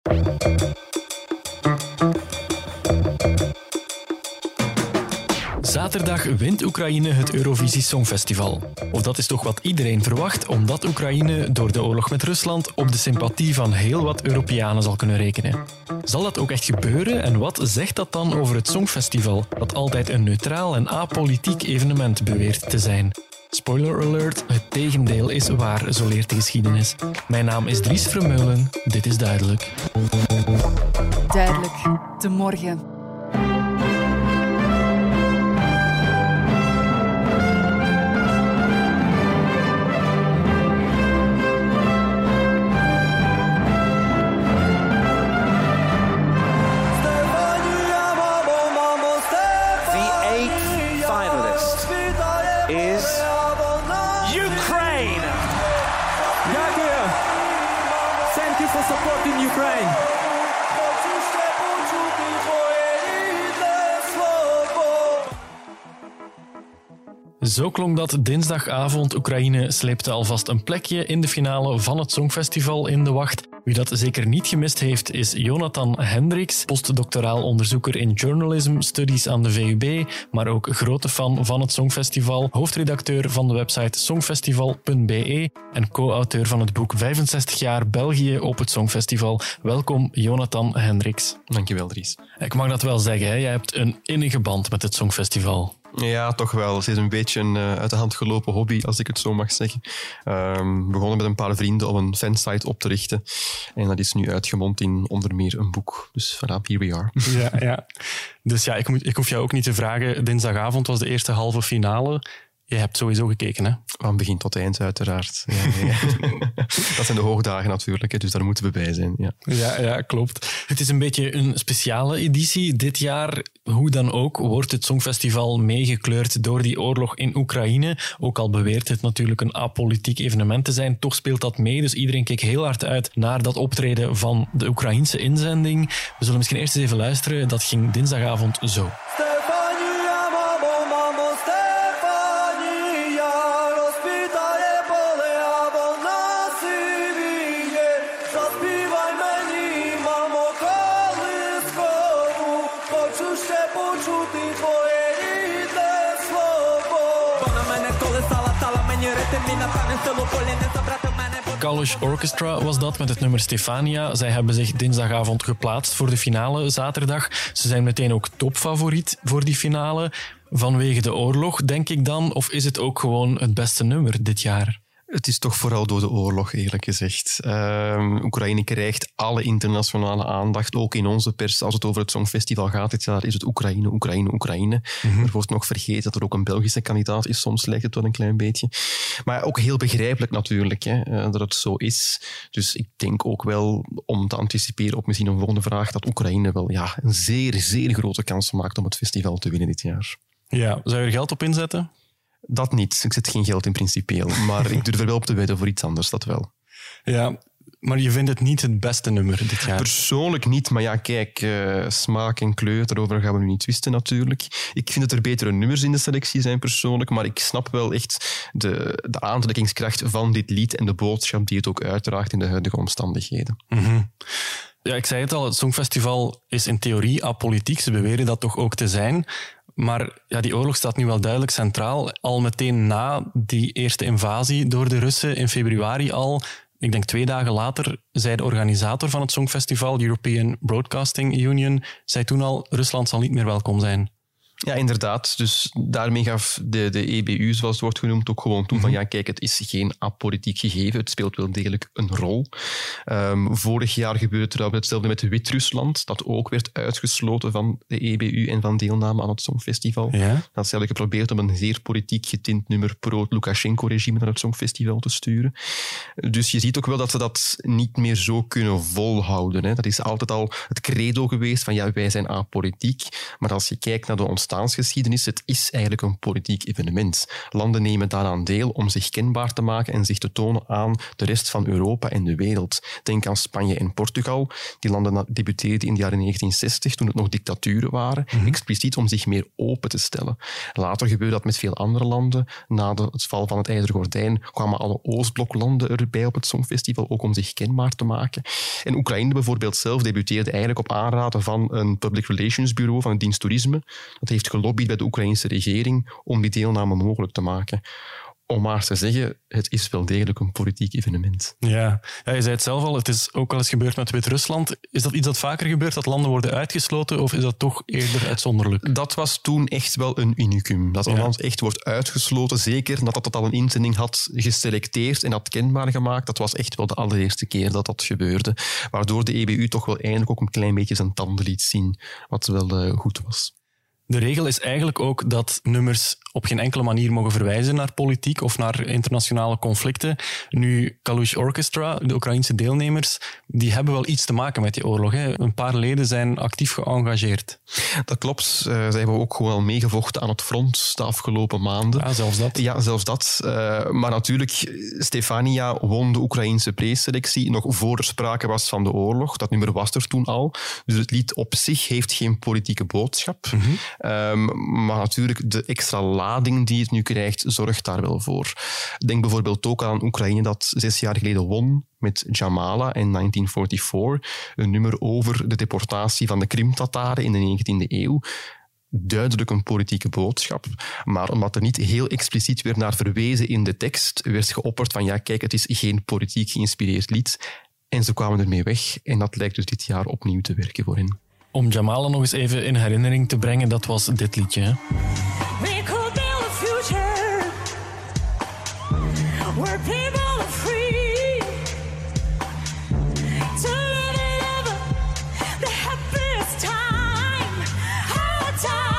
Zaterdag wint Oekraïne het Eurovisie Songfestival. Of dat is toch wat iedereen verwacht, omdat Oekraïne door de oorlog met Rusland op de sympathie van heel wat Europeanen zal kunnen rekenen. Zal dat ook echt gebeuren en wat zegt dat dan over het Songfestival, dat altijd een neutraal en apolitiek evenement beweert te zijn? Spoiler alert, het tegendeel is waar, zo leert de geschiedenis. Mijn naam is Dries Vermeulen, dit is Duidelijk. Duidelijk, de morgen. Zo klonk dat dinsdagavond. Oekraïne sleepte alvast een plekje in de finale van het Songfestival in de wacht. Wie dat zeker niet gemist heeft, is Jonathan Hendricks, postdoctoraal onderzoeker in Journalism Studies aan de VUB, maar ook grote fan van het Songfestival, hoofdredacteur van de website songfestival.be en co-auteur van het boek 65 jaar België op het Songfestival. Welkom, Jonathan Hendricks. Dankjewel, Dries. Ik mag dat wel zeggen, hè? Jij hebt een innige band met het Songfestival. Ja, toch wel. Het is een beetje een uit de hand gelopen hobby, als ik het zo mag zeggen. Begonnen met een paar vrienden om een fansite op te richten. En dat is nu uitgemond in onder meer een boek. Dus voilà, here we are. Ja. Dus ja, ik hoef jou ook niet te vragen. Dinsdagavond was de eerste halve finale. Je hebt sowieso gekeken, hè? Van begin tot eind, uiteraard. Ja. Dat zijn de hoogdagen natuurlijk, hè, dus daar moeten we bij zijn. Ja, klopt. Het is een beetje een speciale editie dit jaar. Hoe dan ook wordt het Songfestival meegekleurd door die oorlog in Oekraïne. Ook al beweert het natuurlijk een apolitiek evenement te zijn, toch speelt dat mee. Dus iedereen keek heel hard uit naar dat optreden van de Oekraïense inzending. We zullen misschien eerst eens even luisteren. Dat ging dinsdagavond zo. Kalush Orchestra was dat met het nummer Stefania. Zij hebben zich dinsdagavond geplaatst voor de finale zaterdag. Ze zijn meteen ook topfavoriet voor die finale. Vanwege de oorlog, denk ik dan? Of is het ook gewoon het beste nummer dit jaar? Het is toch vooral door de oorlog, eerlijk gezegd. Oekraïne krijgt alle internationale aandacht, ook in onze pers. Als het over het Songfestival gaat dit jaar, is het Oekraïne. Mm-hmm. Er wordt nog vergeten dat er ook een Belgische kandidaat is. Soms lijkt het wel een klein beetje. Maar ook heel begrijpelijk natuurlijk, dat het zo is. Dus ik denk ook wel, om te anticiperen op misschien een volgende vraag, dat Oekraïne wel een zeer, zeer grote kans maakt om het festival te winnen dit jaar. Ja, zou je er geld op inzetten? Dat niet. Ik zet geen geld in principieel. Maar ik durf er wel op te wedden voor iets anders, dat wel. Ja, maar je vindt het niet het beste nummer dit jaar? Persoonlijk niet, maar ja, kijk, smaak en kleur, daarover gaan we nu niet twisten natuurlijk. Ik vind dat er betere nummers in de selectie zijn persoonlijk, maar ik snap wel echt de aantrekkingskracht van dit lied en de boodschap die het ook uitdraagt in de huidige omstandigheden. Mm-hmm. Ja, ik zei het al, het Songfestival is in theorie apolitiek. Ze beweren dat toch ook te zijn. Maar ja, die oorlog staat nu wel duidelijk centraal. Al meteen na die eerste invasie door de Russen in februari al, ik denk 2 dagen later, zei de organisator van het Songfestival, European Broadcasting Union, zei toen al, Rusland zal niet meer welkom zijn. Ja, inderdaad. Dus daarmee gaf de EBU, zoals het wordt genoemd, ook gewoon toe van kijk, het is geen apolitiek gegeven. Het speelt wel degelijk een rol. Vorig jaar gebeurde trouwens hetzelfde met Wit-Rusland, dat ook werd uitgesloten van de EBU en van deelname aan het Songfestival. Ja? Dat ze hebben geprobeerd om een zeer politiek getint nummer pro-Lukashenko-regime naar het Songfestival te sturen. Dus je ziet ook wel dat ze dat niet meer zo kunnen volhouden. Hè. Dat is altijd al het credo geweest van wij zijn apolitiek. Maar als je kijkt naar de omstandigheden bestaansgeschiedenis. Het is eigenlijk een politiek evenement. Landen nemen daaraan deel om zich kenbaar te maken en zich te tonen aan de rest van Europa en de wereld. Denk aan Spanje en Portugal. Die landen debuteerden in de jaren 1960, toen het nog dictaturen waren, expliciet om zich meer open te stellen. Later gebeurde dat met veel andere landen. Na het val van het IJzeren Gordijn kwamen alle Oostbloklanden erbij op het Songfestival, ook om zich kenbaar te maken. En Oekraïne bijvoorbeeld zelf debuteerde eigenlijk op aanraden van een public relations bureau, van het dienst toerisme. Dat heeft gelobbyd bij de Oekraïnse regering om die deelname mogelijk te maken. Om maar te zeggen, het is wel degelijk een politiek evenement. Ja, je zei het zelf al, het is ook al eens gebeurd met Wit-Rusland. Is dat iets dat vaker gebeurt, dat landen worden uitgesloten, of is dat toch eerder uitzonderlijk? Dat was toen echt wel een unicum. Dat een land echt wordt uitgesloten, zeker nadat het al een inzending had geselecteerd en had kenbaar gemaakt. Dat was echt wel de allereerste keer dat dat gebeurde. Waardoor de EBU toch wel eindelijk ook een klein beetje zijn tanden liet zien, wat wel goed was. De regel is eigenlijk ook dat nummers op geen enkele manier mogen verwijzen naar politiek of naar internationale conflicten. Nu, Kalush Orchestra, de Oekraïnse deelnemers, die hebben wel iets te maken met die oorlog. Hè. Een paar leden zijn actief geëngageerd. Dat klopt. Ze hebben ook gewoon al meegevochten aan het front de afgelopen maanden. Ja, zelfs dat. Ja, zelfs dat. Maar natuurlijk, Stefania won de Oekraïnse preselectie nog voor er sprake was van de oorlog. Dat nummer was er toen al. Dus het lied op zich heeft geen politieke boodschap. Maar natuurlijk, de extra lading die het nu krijgt, zorgt daar wel voor. Denk bijvoorbeeld ook aan Oekraïne dat 6 jaar geleden won met Jamala in 1944. Een nummer over de deportatie van de Krim-Tataren in de 19e eeuw. Duidelijk een politieke boodschap. Maar omdat er niet heel expliciet werd naar verwezen in de tekst, werd geopperd van ja, kijk, het is geen politiek geïnspireerd lied. En ze kwamen ermee weg. En dat lijkt dus dit jaar opnieuw te werken voor hen. Om Jamala nog eens even in herinnering te brengen, dat was dit liedje. Hè? We could build a future where people are free to live and ever the happiest time, our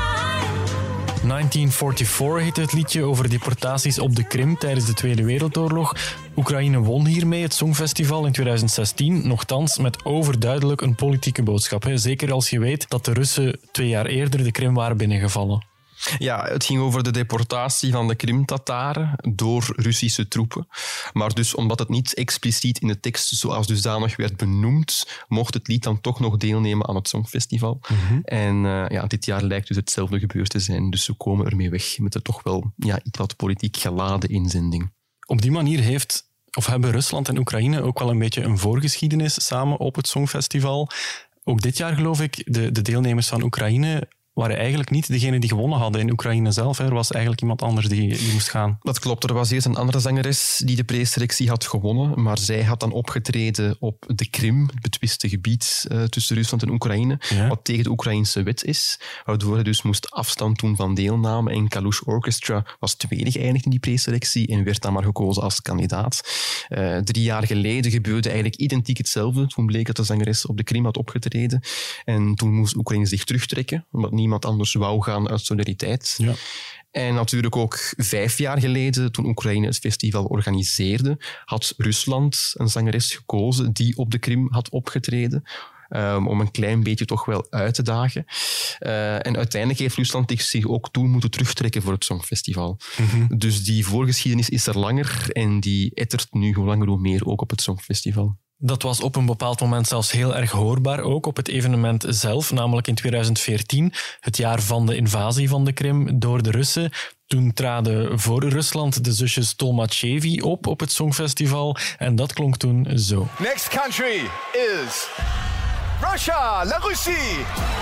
time. 1944 heet het liedje over deportaties op de Krim tijdens de Tweede Wereldoorlog. Oekraïne won hiermee het Songfestival in 2016, nochtans met overduidelijk een politieke boodschap. Hè? Zeker als je weet dat de Russen 2 jaar eerder de Krim waren binnengevallen. Ja, het ging over de deportatie van de Krim-Tataren door Russische troepen. Maar dus omdat het niet expliciet in de tekst zoals dusdanig werd benoemd, mocht het lied dan toch nog deelnemen aan het Songfestival. En dit jaar lijkt dus hetzelfde gebeurd te zijn. Dus ze komen ermee weg met een toch wel iets wat politiek geladen inzending. Op die manier hebben Rusland en Oekraïne ook wel een beetje een voorgeschiedenis samen op het Songfestival. Ook dit jaar, geloof ik, de deelnemers van Oekraïne waren eigenlijk niet degene die gewonnen hadden in Oekraïne zelf. Er was eigenlijk iemand anders die moest gaan. Dat klopt. Er was eerst een andere zangeres die de preselectie had gewonnen, maar zij had dan opgetreden op de Krim, het betwiste gebied tussen Rusland en Oekraïne, wat tegen de Oekraïnse wet is, waardoor hij dus moest afstand doen van deelname. En Kalush Orchestra was tweede geëindigd in die preselectie en werd dan maar gekozen als kandidaat. 3 jaar geleden gebeurde eigenlijk identiek hetzelfde. Toen bleek dat de zangeres op de Krim had opgetreden. En toen moest Oekraïne zich terugtrekken, omdat niemand anders wou gaan uit solidariteit. Ja. En natuurlijk ook 5 jaar geleden, toen Oekraïne het festival organiseerde, had Rusland een zangeres gekozen die op de Krim had opgetreden. Om een klein beetje toch wel uit te dagen. En uiteindelijk heeft Rusland zich ook toen moeten terugtrekken voor het Songfestival. Dus die voorgeschiedenis is er langer en die ettert nu hoe langer hoe meer ook op het Songfestival. Dat was op een bepaald moment zelfs heel erg hoorbaar, ook op het evenement zelf, namelijk in 2014, het jaar van de invasie van de Krim door de Russen. Toen traden voor Rusland de zusjes Tolmachevi op het Songfestival en dat klonk toen zo. Next country is Russia, La Russie.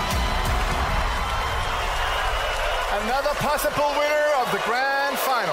Another possible winner of the grand final.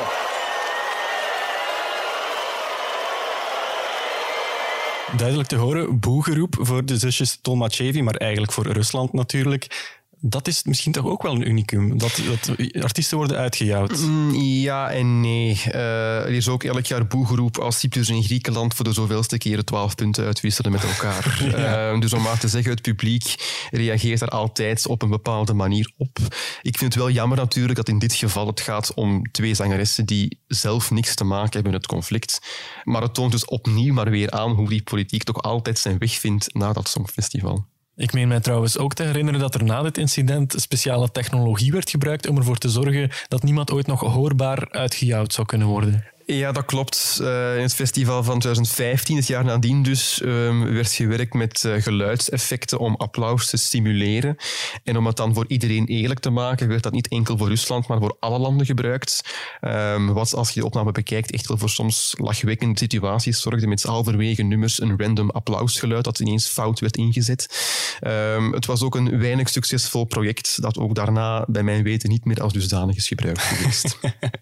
Duidelijk te horen, boegeroep voor de zusjes Tolmachevi, maar eigenlijk voor Rusland natuurlijk. Dat is misschien toch ook wel een unicum, dat artiesten worden uitgejouwd. Ja en nee. Er is ook elk jaar boegeroep als Cyprus en Griekenland voor de zoveelste keren 12 punten uitwisselen met elkaar. Dus om maar te zeggen, het publiek reageert daar altijd op een bepaalde manier op. Ik vind het wel jammer natuurlijk dat in dit geval het gaat om 2 zangeressen die zelf niks te maken hebben met het conflict. Maar het toont dus opnieuw maar weer aan hoe die politiek toch altijd zijn weg vindt naar dat Songfestival. Ik meen mij trouwens ook te herinneren dat er na dit incident speciale technologie werd gebruikt om ervoor te zorgen dat niemand ooit nog hoorbaar uitgejouwd zou kunnen worden. Ja, dat klopt. In het festival van 2015, het jaar nadien dus, werd gewerkt met geluidseffecten om applaus te stimuleren. En om het dan voor iedereen eerlijk te maken, werd dat niet enkel voor Rusland, maar voor alle landen gebruikt. Wat, als je de opname bekijkt, echt wel voor soms lachwekkende situaties zorgde met halverwege nummers een random applausgeluid dat ineens fout werd ingezet. Het was ook een weinig succesvol project dat ook daarna, bij mijn weten, niet meer als dusdanig is gebruikt geweest.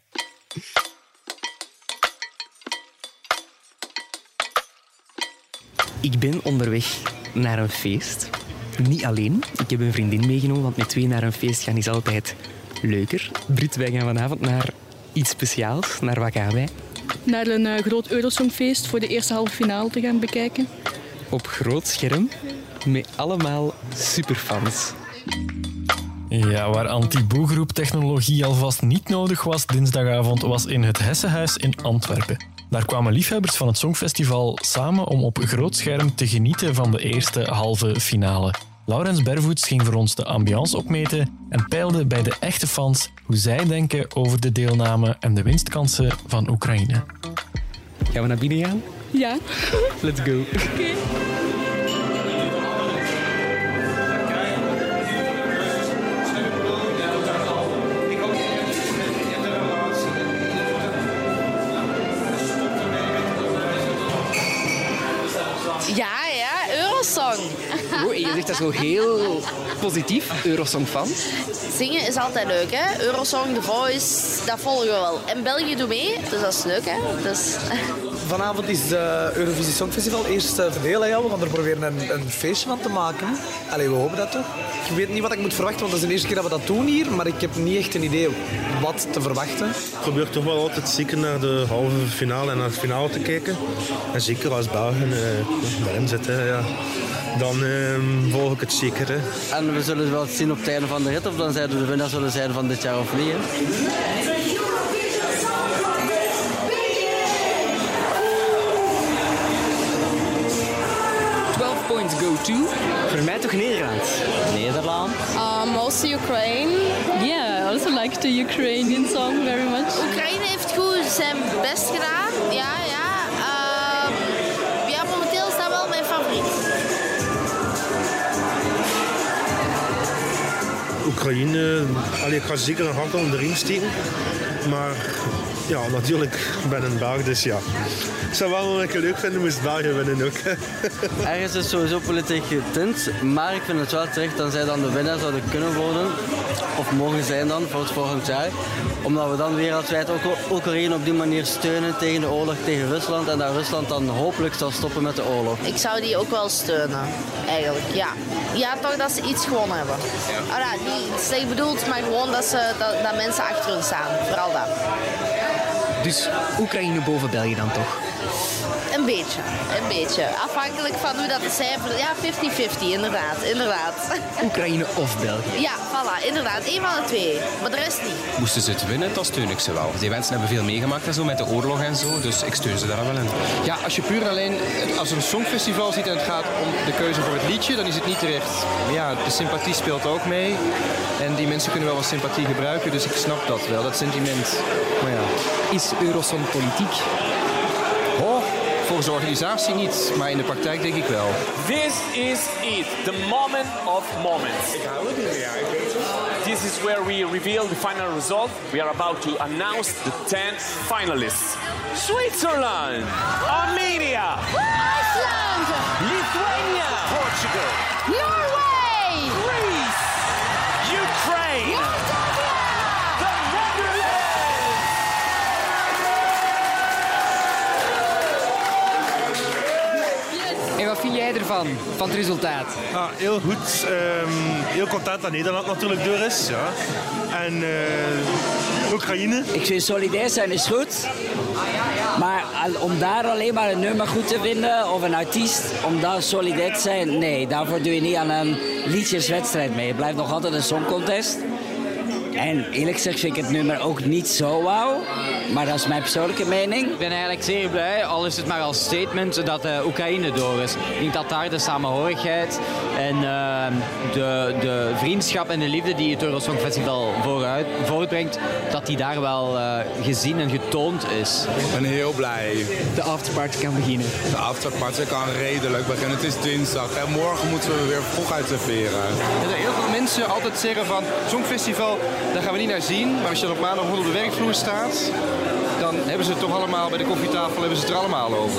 Ik ben onderweg naar een feest. Niet alleen. Ik heb een vriendin meegenomen, want met twee naar een feest gaan is altijd leuker. Brit, wij gaan vanavond naar iets speciaals. Naar wat gaan wij? Naar een groot Eurosongfeest voor de eerste halve finale te gaan bekijken. Op groot scherm, met allemaal superfans. Ja, waar anti-boegeroep-technologie alvast niet nodig was dinsdagavond, was in het Hessenhuis in Antwerpen. Daar kwamen liefhebbers van het Songfestival samen om op groot scherm te genieten van de eerste halve finale. Laurens Bervoets ging voor ons de ambiance opmeten en peilde bij de echte fans hoe zij denken over de deelname en de winstkansen van Oekraïne. Gaan we naar binnen gaan? Ja. Let's go. Oké. Ja, Eurosong. Oh, je zegt dat zo heel positief, Eurosong-fan. Zingen is altijd leuk, hè. Eurosong, The Voice, dat volgen we wel. En België doet mee, dus dat is leuk, hè. Dus... Vanavond is het Eurovisie Songfestival eerste verdeel. We gaan er proberen een feestje van te maken. Allee, we hopen dat toch. Ik weet niet wat ik moet verwachten, want dat is de eerste keer dat we dat doen hier. Maar ik heb niet echt een idee wat te verwachten. Ik probeer toch wel altijd zeker naar de halve finale en naar het finale te kijken. En zeker als Belgen erin zitten, ja. Dan volg ik het zeker. Hè. En we zullen wel zien op het einde van de rit of dan zouden we de winnaar zullen zijn van dit jaar of niet. Hè. 12 points go to. Voor mij toch Nederland. Nederland. Mostly Ukraine. Yeah, I also like the Ukrainian song very much. Oekraïne heeft goed zijn best gedaan. Ja. Ja, momenteel is dat wel mijn favoriet. Oekraïne, ik ga zeker een hart onder de riem steken. Maar ja, natuurlijk, ik ben een Belg, dus ja. Ik zou wel een keer leuk vinden, moest België winnen ook. Ergens is het sowieso politiek getint, maar ik vind het wel terecht dat zij dan de winnaar zouden kunnen worden. Of mogen zijn dan, voor het volgend jaar. Omdat we dan wereldwijd ook Oekraïne op die manier steunen tegen de oorlog tegen Rusland. En dat Rusland dan hopelijk zal stoppen met de oorlog. Ik zou die ook wel steunen, eigenlijk, ja. Ja, toch dat ze iets gewonnen hebben. Ja. Niet slecht bedoeld, maar gewoon dat mensen achter hun staan. Vooral dat. Dus Oekraïne boven België dan toch? Een beetje. Afhankelijk van hoe dat de cijfer... Ja, 50-50, inderdaad. Oekraïne of België? Ja, voilà, inderdaad. Eén van de twee. Maar de rest niet. Moesten ze het winnen, dan steun ik ze wel. Die mensen hebben veel meegemaakt en zo, met de oorlog en zo. Dus ik steun ze daar wel in. Ja, als je puur en alleen als een songfestival ziet en het gaat om de keuze voor het liedje, dan is het niet terecht. Ja, de sympathie speelt ook mee. En die mensen kunnen wel wat sympathie gebruiken, dus ik snap dat wel, dat sentiment. Maar ja. Is Eurosong politiek? Volgens de organisatie niet, maar in de praktijk denk ik wel. This is it, the moment of moments. This is where we reveal the final result. We are about to announce the 10 finalists. Switzerland, Armenia, Iceland, Lithuania, Portugal, Norway, Greece, Ukraine, the Netherlands. En wat vind jij ervan, van het resultaat? Ja, heel goed. Heel content dat Nederland natuurlijk door is. Ja. En Oekraïne. Ik vind solidair zijn is goed. Maar om daar alleen maar een nummer goed te vinden of een artiest, om daar solidair te zijn, nee, daarvoor doe je niet aan een liedjeswedstrijd mee. Het blijft nog altijd een songcontest. En eerlijk gezegd vind ik het nummer ook niet zo wauw. Maar dat is mijn persoonlijke mening. Ik ben eigenlijk zeer blij, al is het maar als statement, dat Oekraïne door is. Ik denk dat daar de samenhorigheid en de vriendschap en de liefde die het Eurosongfestival voortbrengt, dat die daar wel gezien en getoond is. Ik ben heel blij. De afterparty kan beginnen. De afterparty kan redelijk beginnen. Het is dinsdag en morgen moeten we weer vroeg uitserveren. Er zijn heel veel mensen altijd zeggen van Songfestival, daar gaan we niet naar zien. Maar als je dan op maandag op de werkvloer staat, dan hebben ze het toch allemaal bij de koffietafel, hebben ze het er allemaal over.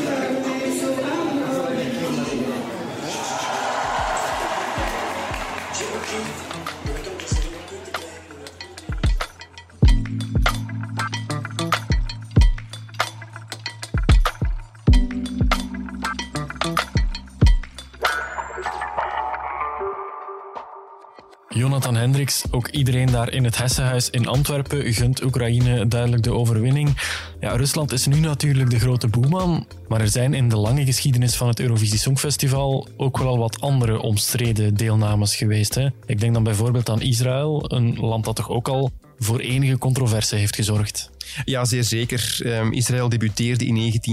Jonathan Hendricks, ook iedereen daar in het Hessenhuis in Antwerpen gunt Oekraïne duidelijk de overwinning. Ja, Rusland is nu natuurlijk de grote boeman, maar er zijn in de lange geschiedenis van het Eurovisie Songfestival ook wel wat andere omstreden deelnames geweest. Hè? Ik denk dan bijvoorbeeld aan Israël, een land dat toch ook al voor enige controverse heeft gezorgd. Ja, zeer zeker. Israël debuteerde in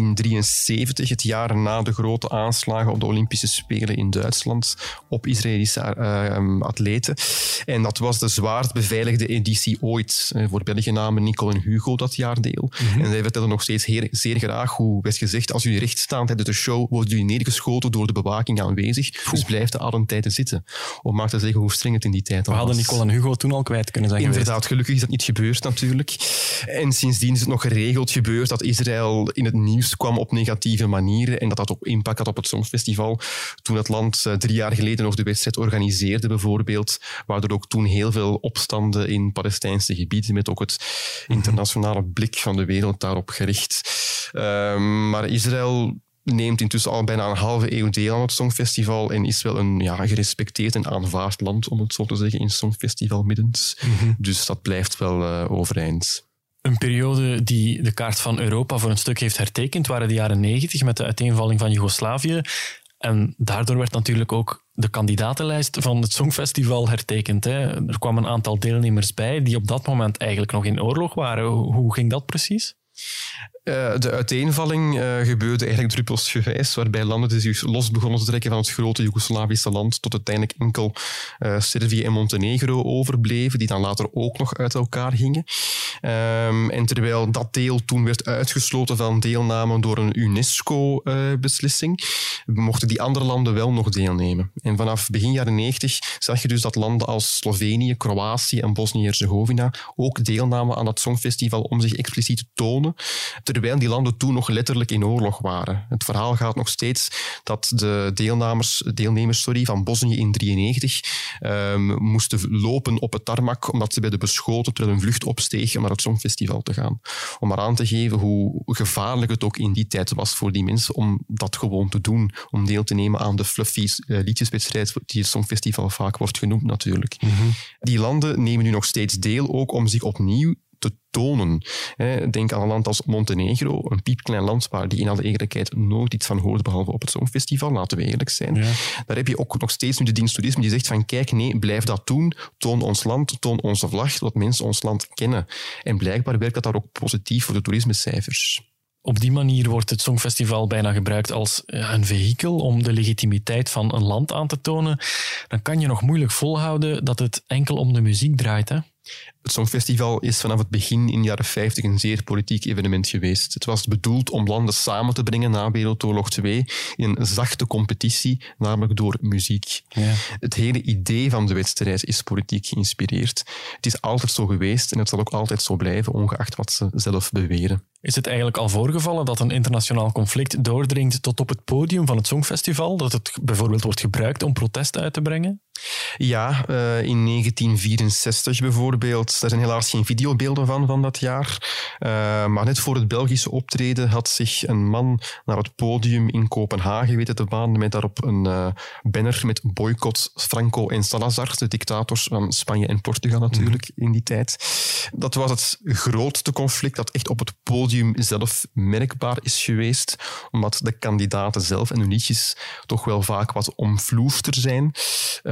1973, het jaar na de grote aanslagen op de Olympische Spelen in Duitsland, op Israëlische atleten. En dat was de zwaarst beveiligde editie ooit. Voor België namen Nicole en Hugo dat jaar deel. En zij vertellen nog steeds zeer graag hoe werd gezegd, als jullie recht staan tijdens de show, worden jullie neergeschoten door de bewaking aanwezig. Dus blijft de allen tijden zitten. Om maar te zeggen hoe streng het in die tijd was. We hadden Nicole en Hugo toen al kwijt kunnen zijn Inderdaad, geweest. gelukkig is dat niet gebeurd natuurlijk. En sindsdien is het nog geregeld gebeurd dat Israël in het nieuws kwam op negatieve manieren en dat dat ook impact had op het Songfestival. Toen het land 3 jaar geleden nog de wedstrijd organiseerde bijvoorbeeld, waardoor ook toen heel veel opstanden in Palestijnse gebieden met ook het internationale blik van de wereld daarop gericht. Maar Israël neemt intussen al bijna een halve eeuw deel aan het Songfestival en is wel een gerespecteerd en aanvaard land, om het zo te zeggen, in Songfestivalmiddens. Dus dat blijft wel overeind. Een periode die de kaart van Europa voor een stuk heeft hertekend waren de jaren 90 met de uiteenvalling van Joegoslavië. En daardoor werd natuurlijk ook de kandidatenlijst van het Songfestival hertekend. Hè. Er kwam een aantal deelnemers bij die op dat moment eigenlijk nog in oorlog waren. Hoe ging dat precies? De uiteenvalling gebeurde eigenlijk druppelsgewijs, waarbij landen zich los begonnen te trekken van het grote Joegoslavische land tot uiteindelijk enkel Servië en Montenegro overbleven, die dan later ook nog uit elkaar gingen. En terwijl dat deel toen werd uitgesloten van deelname door een UNESCO-beslissing, mochten die andere landen wel nog deelnemen. En vanaf begin jaren 90 zag je dus dat landen als Slovenië, Kroatië en Bosnië-Herzegovina ook deelnamen aan dat Songfestival om zich expliciet te tonen, terwijl die landen toen nog letterlijk in oorlog waren. Het verhaal gaat nog steeds dat de deelnemers van Bosnië in 1993 moesten lopen op het tarmac omdat ze werden beschoten terwijl hun vlucht opsteeg om naar het Songfestival te gaan. Om maar aan te geven hoe gevaarlijk het ook in die tijd was voor die mensen om dat gewoon te doen, om deel te nemen aan de fluffy liedjeswedstrijd die het Songfestival vaak wordt genoemd natuurlijk. Die landen nemen nu nog steeds deel ook om zich opnieuw te tonen. Denk aan een land als Montenegro, een piepklein land waar die in alle eerlijkheid nooit iets van hoort, behalve op het Songfestival, laten we eerlijk zijn. Ja. Daar heb je ook nog steeds nu de dienst toerisme die zegt van kijk, nee, blijf dat doen, toon ons land, toon onze vlag, zodat mensen ons land kennen. En blijkbaar werkt dat daar ook positief voor de toerismecijfers. Op die manier wordt het Songfestival bijna gebruikt als een vehikel om de legitimiteit van een land aan te tonen. Dan kan je nog moeilijk volhouden dat het enkel om de muziek draait, hè? Het Songfestival is vanaf het begin in de jaren 50 een zeer politiek evenement geweest. Het was bedoeld om landen samen te brengen na Wereldoorlog 2 in een zachte competitie, namelijk door muziek. Ja. Het hele idee van de wedstrijd is politiek geïnspireerd. Het is altijd zo geweest en het zal ook altijd zo blijven, ongeacht wat ze zelf beweren. Is het eigenlijk al voorgevallen dat een internationaal conflict doordringt tot op het podium van het Songfestival? Dat het bijvoorbeeld wordt gebruikt om protest uit te brengen? Ja, in 1964 bijvoorbeeld. Daar zijn helaas geen videobeelden van dat jaar. Maar net voor het Belgische optreden had zich een man naar het podium in Kopenhagen weten te banen met daarop een banner met boycott Franco en Salazar, de dictators van Spanje en Portugal natuurlijk in die tijd. Dat was het grootste conflict dat echt op het podium zelf merkbaar is geweest, omdat de kandidaten zelf en hun liedjes toch wel vaak wat omvloerster zijn. Maar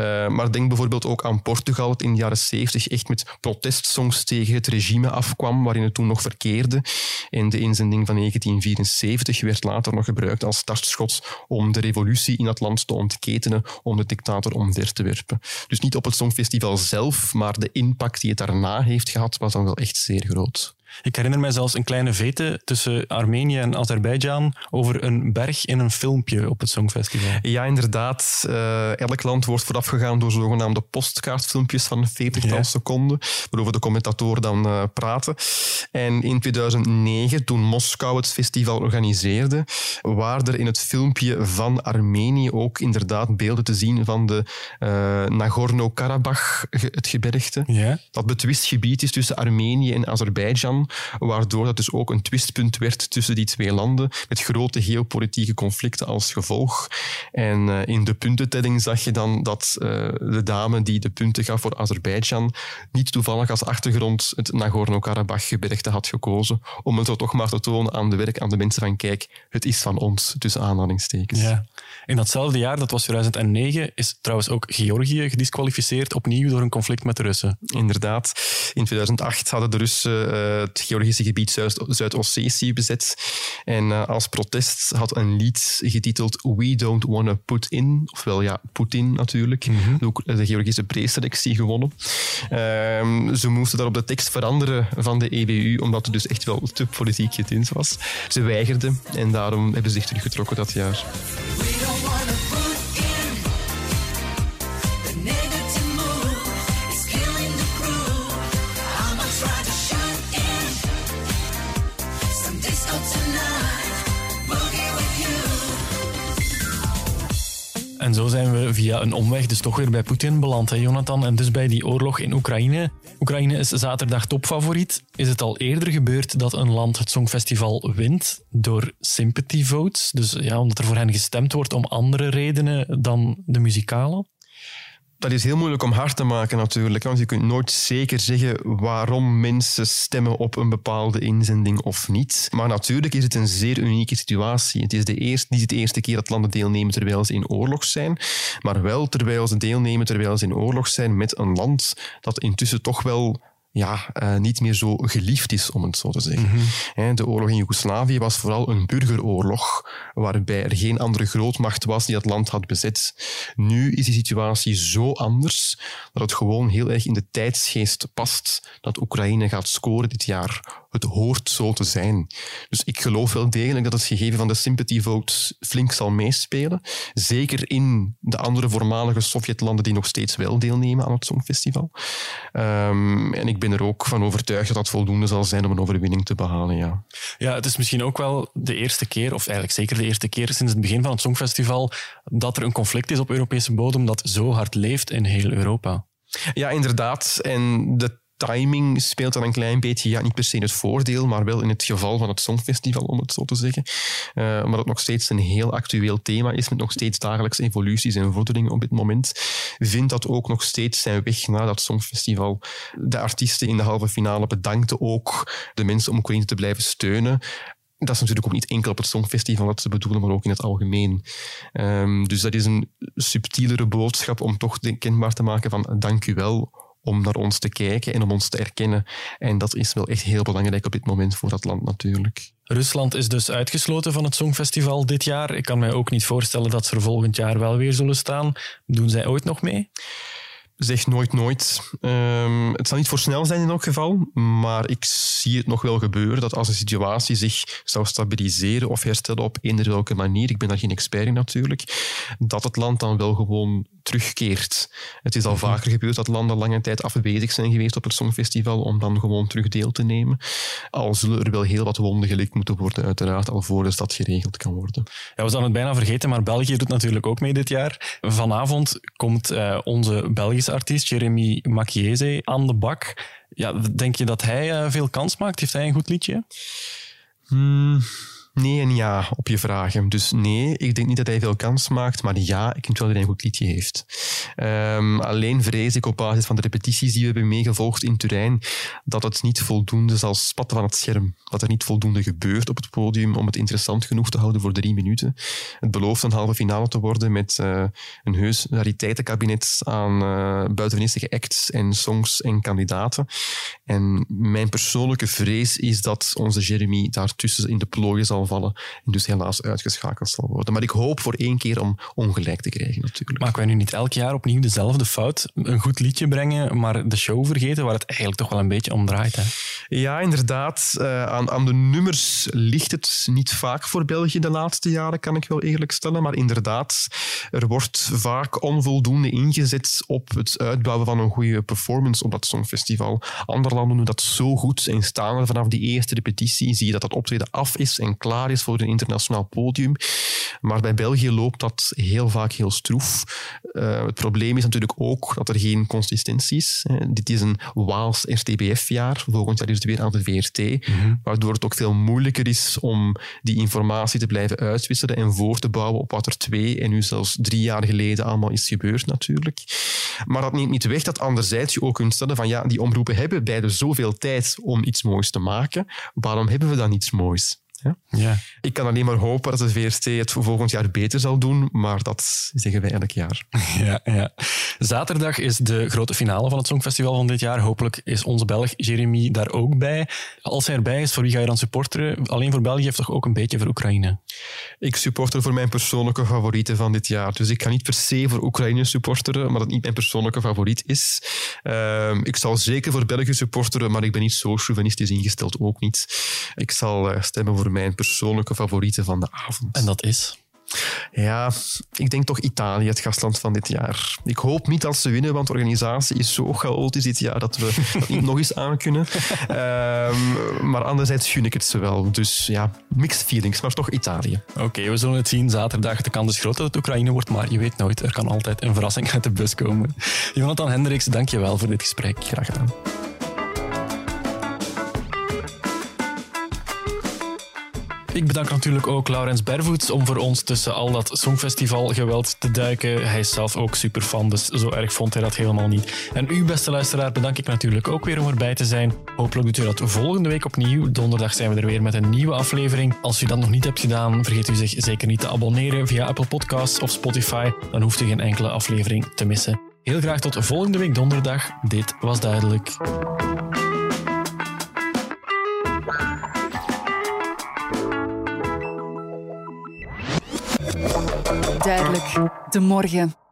Maar denk bijvoorbeeld ook aan Portugal, dat in de jaren 70 echt met protestsongs tegen het regime afkwam, waarin het toen nog verkeerde. En de inzending van 1974 werd later nog gebruikt als startschot om de revolutie in dat land te ontketenen, om de dictator omver te werpen. Dus niet op het Songfestival zelf, maar de impact die het daarna heeft gehad, was dan wel echt zeer groot. Ik herinner mij zelfs een kleine vete tussen Armenië en Azerbeidzjan over een berg in een filmpje op het Songfestival. Ja, inderdaad. Elk land wordt voorafgegaan door zogenaamde postkaartfilmpjes van 40-tal seconden, waarover de commentatoren dan praten. En in 2009, toen Moskou het festival organiseerde, waren er in het filmpje van Armenië ook inderdaad beelden te zien van de Nagorno-Karabakh, het gebergte. Ja. Dat betwist gebied is tussen Armenië en Azerbeidzjan, waardoor dat dus ook een twistpunt werd tussen die twee landen, met grote geopolitieke conflicten als gevolg. En in de puntentelling zag je dan dat de dame die de punten gaf voor Azerbeidzjan niet toevallig als achtergrond het Nagorno-Karabakh-gebergte had gekozen, om het zo toch maar te tonen aan de mensen van kijk, het is van ons, tussen aanhalingstekens. Ja. In datzelfde jaar, dat was 2009, is trouwens ook Georgië gedisqualificeerd, opnieuw door een conflict met de Russen. Inderdaad. In 2008 hadden de Russen het Georgische gebied Zuid-Ossetië bezet. En als protest had een lied getiteld We Don't Wanna Put In, ofwel ja, Poetin natuurlijk, ook de Georgische preselectie gewonnen. Ze moesten daarop de tekst veranderen van de EBU, omdat het dus echt wel te politiek getint was. Ze weigerden en daarom hebben ze zich teruggetrokken dat jaar. En zo zijn we via een omweg dus toch weer bij Poetin beland, hè, Jonathan? En dus bij die oorlog in Oekraïne. Oekraïne is zaterdag topfavoriet. Is het al eerder gebeurd dat een land het Songfestival wint door sympathy votes? Dus ja, omdat er voor hen gestemd wordt om andere redenen dan de muzikale? Dat is heel moeilijk om hard te maken natuurlijk, want je kunt nooit zeker zeggen waarom mensen stemmen op een bepaalde inzending of niet. Maar natuurlijk is het een zeer unieke situatie. Het is niet de eerste keer dat landen deelnemen terwijl ze in oorlog zijn, maar wel terwijl ze deelnemen terwijl ze in oorlog zijn met een land dat intussen toch wel niet meer zo geliefd is, om het zo te zeggen. De oorlog in Joegoslavië was vooral een burgeroorlog, waarbij er geen andere grootmacht was die dat land had bezet. Nu is die situatie zo anders, dat het gewoon heel erg in de tijdsgeest past dat Oekraïne gaat scoren dit jaar. Het hoort zo te zijn. Dus ik geloof wel degelijk dat het gegeven van de sympathy votes flink zal meespelen. Zeker in de andere voormalige Sovjetlanden die nog steeds wel deelnemen aan het Songfestival. En ik ben er ook van overtuigd dat dat voldoende zal zijn om een overwinning te behalen, ja. Ja, het is misschien ook wel de eerste keer, of eigenlijk zeker de eerste keer sinds het begin van het Songfestival, dat er een conflict is op Europese bodem dat zo hard leeft in heel Europa. Ja, inderdaad. En de timing speelt dan een klein beetje, niet per se in het voordeel, maar wel in het geval van het Songfestival, om het zo te zeggen. Maar het nog steeds een heel actueel thema is, met nog steeds dagelijks evoluties en vorderingen op dit moment, vindt dat ook nog steeds zijn weg naar dat Songfestival. De artiesten in de halve finale bedankten ook de mensen om Oekraïne te blijven steunen. Dat is natuurlijk ook niet enkel op het Songfestival dat ze bedoelen, maar ook in het algemeen. Dus dat is een subtielere boodschap om toch kenbaar te maken van dank u wel om naar ons te kijken en om ons te erkennen. En dat is wel echt heel belangrijk op dit moment voor dat land natuurlijk. Rusland is dus uitgesloten van het Songfestival dit jaar. Ik kan mij ook niet voorstellen dat ze er volgend jaar wel weer zullen staan. Doen zij ooit nog mee? Zeg nooit. Het zal niet voor snel zijn in elk geval, maar ik zie het nog wel gebeuren dat als de situatie zich zou stabiliseren of herstellen op eender welke manier, ik ben daar geen expert in natuurlijk, dat het land dan wel gewoon terugkeert. Het is al vaker gebeurd dat landen lange tijd afwezig zijn geweest op het Songfestival om dan gewoon terug deel te nemen. Al zullen er wel heel wat wonden gelikt moeten worden, uiteraard, alvorens dat geregeld kan worden. Ja, we zouden het bijna vergeten, maar België doet natuurlijk ook mee dit jaar. Vanavond komt onze Belgische artiest Jeremy Macchiese aan de bak. Ja, denk je dat hij veel kans maakt? Heeft hij een goed liedje? Nee en ja op je vragen. Dus nee, ik denk niet dat hij veel kans maakt, maar ja, ik denk wel dat hij een goed liedje heeft. Alleen vrees ik op basis van de repetities die we hebben meegevolgd in Turijn dat het niet voldoende zal spatten van het scherm. Dat er niet voldoende gebeurt op het podium om het interessant genoeg te houden voor 3 minuten. Het belooft een halve finale te worden met een heus rariteitenkabinet aan buitenwenistige acts en songs en kandidaten. En mijn persoonlijke vrees is dat onze Jeremy daartussen in de plooien zal vallen en dus helaas uitgeschakeld zal worden. Maar ik hoop voor 1 keer om ongelijk te krijgen, natuurlijk. Maken wij nu niet elk jaar opnieuw dezelfde fout? Een goed liedje brengen, maar de show vergeten, waar het eigenlijk toch wel een beetje om draait, hè? Ja, inderdaad. Aan de nummers ligt het niet vaak voor België de laatste jaren, kan ik wel eerlijk stellen. Maar inderdaad, er wordt vaak onvoldoende ingezet op het uitbouwen van een goede performance op dat Songfestival. Andere landen doen dat zo goed en staan er vanaf die eerste repetitie. Zie je dat optreden af is en klaar is voor een internationaal podium. Maar bij België loopt dat heel vaak heel stroef. Het probleem is natuurlijk ook dat er geen consistentie is. Dit is een Waals RTBF-jaar. Volgend jaar is het weer aan de VRT. Waardoor het ook veel moeilijker is om die informatie te blijven uitwisselen en voor te bouwen op wat er 2 en nu zelfs 3 jaar geleden allemaal is gebeurd natuurlijk. Maar dat neemt niet weg dat anderzijds je ook kunt stellen van ja, die omroepen hebben beide zoveel tijd om iets moois te maken. Waarom hebben we dan iets moois? Ja? Ja. Ik kan alleen maar hopen dat de VRT het volgend jaar beter zal doen, maar dat zeggen wij elk jaar. Ja. Zaterdag is de grote finale van het Songfestival van dit jaar. Hopelijk is onze Belg Jeremy daar ook bij. Als hij erbij is, voor wie ga je dan supporteren? Alleen voor België of toch ook een beetje voor Oekraïne? Ik supporter voor mijn persoonlijke favorieten van dit jaar. Dus ik ga niet per se voor Oekraïne supporteren, maar dat niet mijn persoonlijke favoriet is. Ik zal zeker voor België supporteren, maar ik ben niet zo chauvinistisch ingesteld, ook niet. Ik zal stemmen voor mijn persoonlijke favorieten van de avond. En dat is? Ja, ik denk toch Italië, het gastland van dit jaar. Ik hoop niet dat ze winnen, want de organisatie is zo chaotisch dit jaar dat we dat niet nog eens aankunnen. Maar anderzijds gun ik het ze wel. Dus ja, mixed feelings, maar toch Italië. Oké, we zullen het zien zaterdag. De kans is groot dat het Oekraïne wordt, maar je weet nooit. Er kan altijd een verrassing uit de bus komen. Jonathan Hendricks, dank je wel voor dit gesprek. Graag gedaan. Ik bedank natuurlijk ook Laurens Bervoets om voor ons tussen al dat Songfestival-geweld te duiken. Hij is zelf ook superfan, dus zo erg vond hij dat helemaal niet. En u, beste luisteraar, bedank ik natuurlijk ook weer om erbij te zijn. Hopelijk doet u dat volgende week opnieuw. Donderdag zijn we er weer met een nieuwe aflevering. Als u dat nog niet hebt gedaan, vergeet u zich zeker niet te abonneren via Apple Podcasts of Spotify. Dan hoeft u geen enkele aflevering te missen. Heel graag tot volgende week donderdag. Dit was Duidelijk. Duidelijk, de morgen.